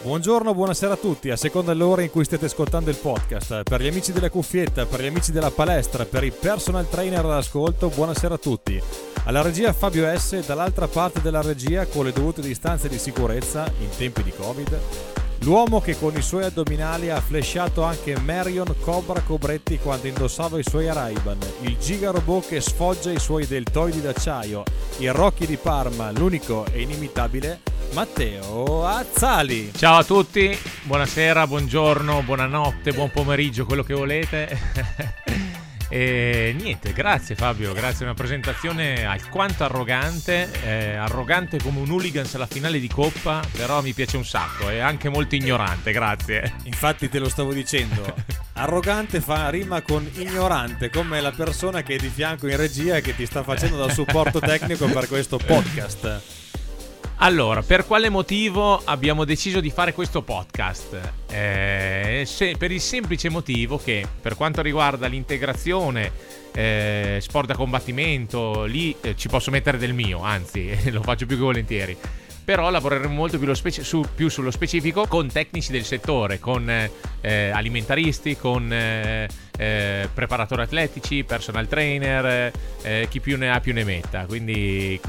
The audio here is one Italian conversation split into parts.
Buongiorno, buonasera a tutti, a seconda dell'ora in cui state ascoltando il podcast. Per gli amici della cuffietta, per gli amici della palestra, per i personal trainer all'ascolto, buonasera a tutti. Alla regia Fabio S, dall'altra parte della regia, con le dovute distanze di sicurezza in tempi di Covid, l'uomo che con i suoi addominali ha flashato anche Marion Cobra Cobretti quando indossava i suoi Ray-Ban, il gigarobot che sfoggia i suoi deltoidi d'acciaio, il Rocky di Parma, l'unico e inimitabile Matteo Azzali. Ciao a tutti, buonasera, buongiorno, buonanotte, buon pomeriggio, quello che volete. E niente, grazie Fabio, grazie, una presentazione alquanto arrogante, arrogante come un hooligans alla finale di Coppa, però mi piace un sacco, è anche molto ignorante, grazie. Infatti te lo stavo dicendo, arrogante fa rima con ignorante, come la persona che è di fianco in regia e che ti sta facendo da supporto tecnico per questo podcast. Allora, per quale motivo abbiamo deciso di fare questo podcast? Per il semplice motivo che, per quanto riguarda l'integrazione sport da combattimento, lì ci posso mettere del mio, anzi lo faccio più che volentieri. Però lavoreremo molto più sullo specifico con tecnici del settore, con alimentaristi, con preparatori atletici, personal trainer, chi più ne ha più ne metta. Quindi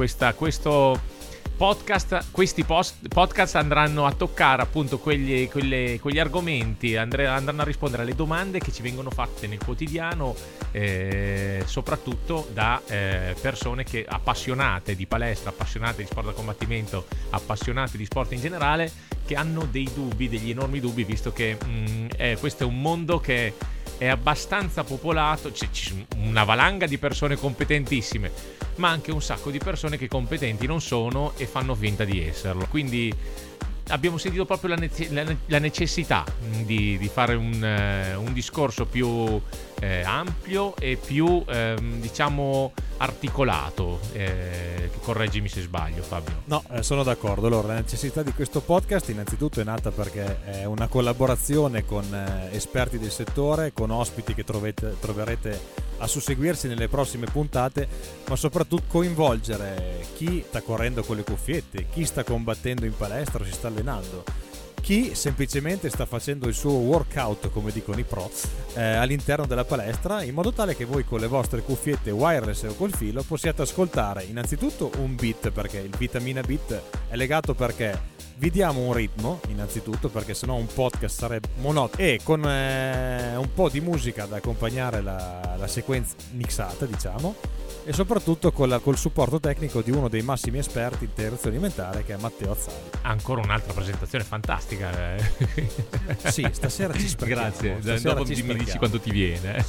questi podcast andranno a toccare appunto quegli argomenti, andranno a rispondere alle domande che ci vengono fatte nel quotidiano, soprattutto da persone che appassionate di palestra, appassionate di sport da combattimento, appassionate di sport in generale, che hanno dei dubbi, degli enormi dubbi, visto che questo è un mondo che è abbastanza popolato, c'è una valanga di persone competentissime, ma anche un sacco di persone che competenti non sono e fanno finta di esserlo. Quindi abbiamo sentito proprio la necessità di fare un discorso più ampio e più diciamo articolato. Correggimi se sbaglio, Fabio. No, sono d'accordo. Allora, la necessità di questo podcast innanzitutto è nata perché è una collaborazione con esperti del settore, con ospiti che troverete a susseguirsi nelle prossime puntate, ma soprattutto coinvolgere chi sta correndo con le cuffiette, chi sta combattendo in palestra o si sta allenando, chi semplicemente sta facendo il suo workout, come dicono i pro, all'interno della palestra, in modo tale che voi con le vostre cuffiette wireless o col filo possiate ascoltare innanzitutto un beat, perché il Vitamina Beat è legato perché vi diamo un ritmo innanzitutto, perché sennò un podcast sarebbe monotono, e con un po' di musica da accompagnare la sequenza mixata, diciamo, e soprattutto col supporto tecnico di uno dei massimi esperti in integrazione alimentare, che è Matteo Azzali. Ancora un'altra presentazione fantastica. Sì, stasera ci sprechiamo. Grazie, dopo mi dici quanto ti viene.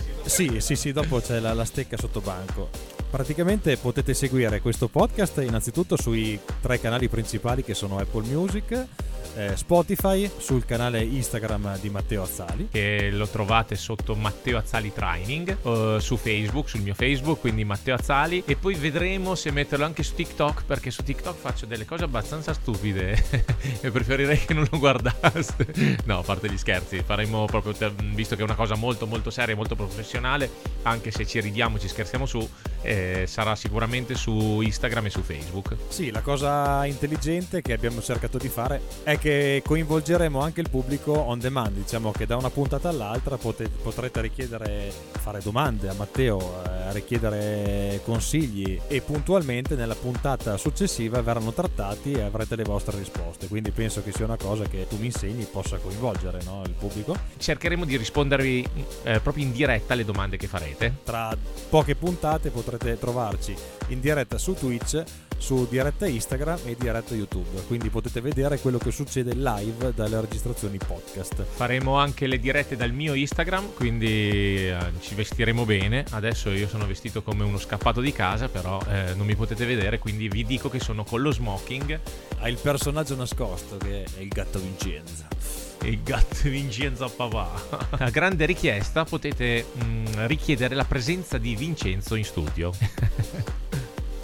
Sì, dopo c'è la stecca sotto banco. Praticamente potete seguire questo podcast innanzitutto sui 3 canali principali, che sono Apple Music, Spotify, sul canale Instagram di Matteo Azzali, che lo trovate sotto Matteo Azzali Training, su Facebook, sul mio Facebook, quindi Matteo Azzali, e poi vedremo se metterlo anche su TikTok, perché su TikTok faccio delle cose abbastanza stupide e preferirei che non lo guardaste. No, a parte gli scherzi, faremo proprio, visto che è una cosa molto molto seria, molto professionale, anche se ci ridiamo, ci scherziamo su, sarà sicuramente su Instagram e su Facebook. Sì, la cosa intelligente che abbiamo cercato di fare è che coinvolgeremo anche il pubblico on demand, diciamo che da una puntata all'altra potrete richiedere, fare domande a Matteo, richiedere consigli, e puntualmente nella puntata successiva verranno trattati e avrete le vostre risposte. Quindi penso che sia una cosa che tu mi insegni possa coinvolgere, no, il pubblico. Cercheremo di rispondervi proprio in diretta alle domande che farete. Tra poche puntate potrete trovarci in diretta su Twitch, su diretta Instagram e diretta YouTube, quindi potete vedere quello che succede live dalle registrazioni podcast. Faremo anche le dirette dal mio Instagram, quindi ci vestiremo bene. Adesso io sono vestito come uno scappato di casa, però non mi potete vedere, quindi vi dico che sono con lo smoking. Ha il personaggio nascosto che è il gatto Vincenzo. Il gatto Vincenzo papà. A grande richiesta potete richiedere la presenza di Vincenzo in studio.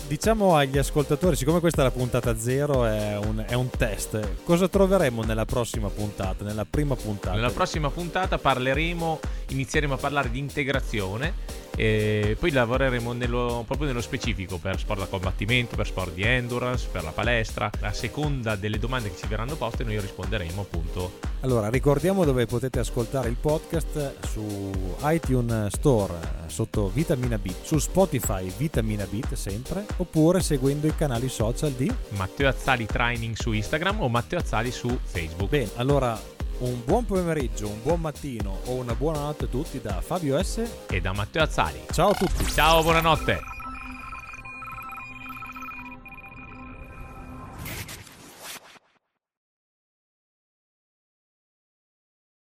diciamo agli ascoltatori, siccome questa è la puntata 0, è un test, cosa troveremo nella prossima puntata, nella prima puntata? Nella prossima puntata inizieremo a parlare di integrazione e poi lavoreremo proprio nello specifico per sport da combattimento, per sport di endurance, per la palestra. A seconda delle domande che ci verranno poste noi risponderemo appunto. Allora, ricordiamo dove potete ascoltare il podcast: su iTunes Store sotto Vitamina B, su Spotify Vitamina Beat sempre, oppure seguendo i canali social di Matteo Azzali Training su Instagram o Matteo Azzali su Facebook. Bene, allora un buon pomeriggio, un buon mattino o una buona notte a tutti da Fabio S. e da Matteo Azzali. Ciao a tutti. Ciao, buonanotte.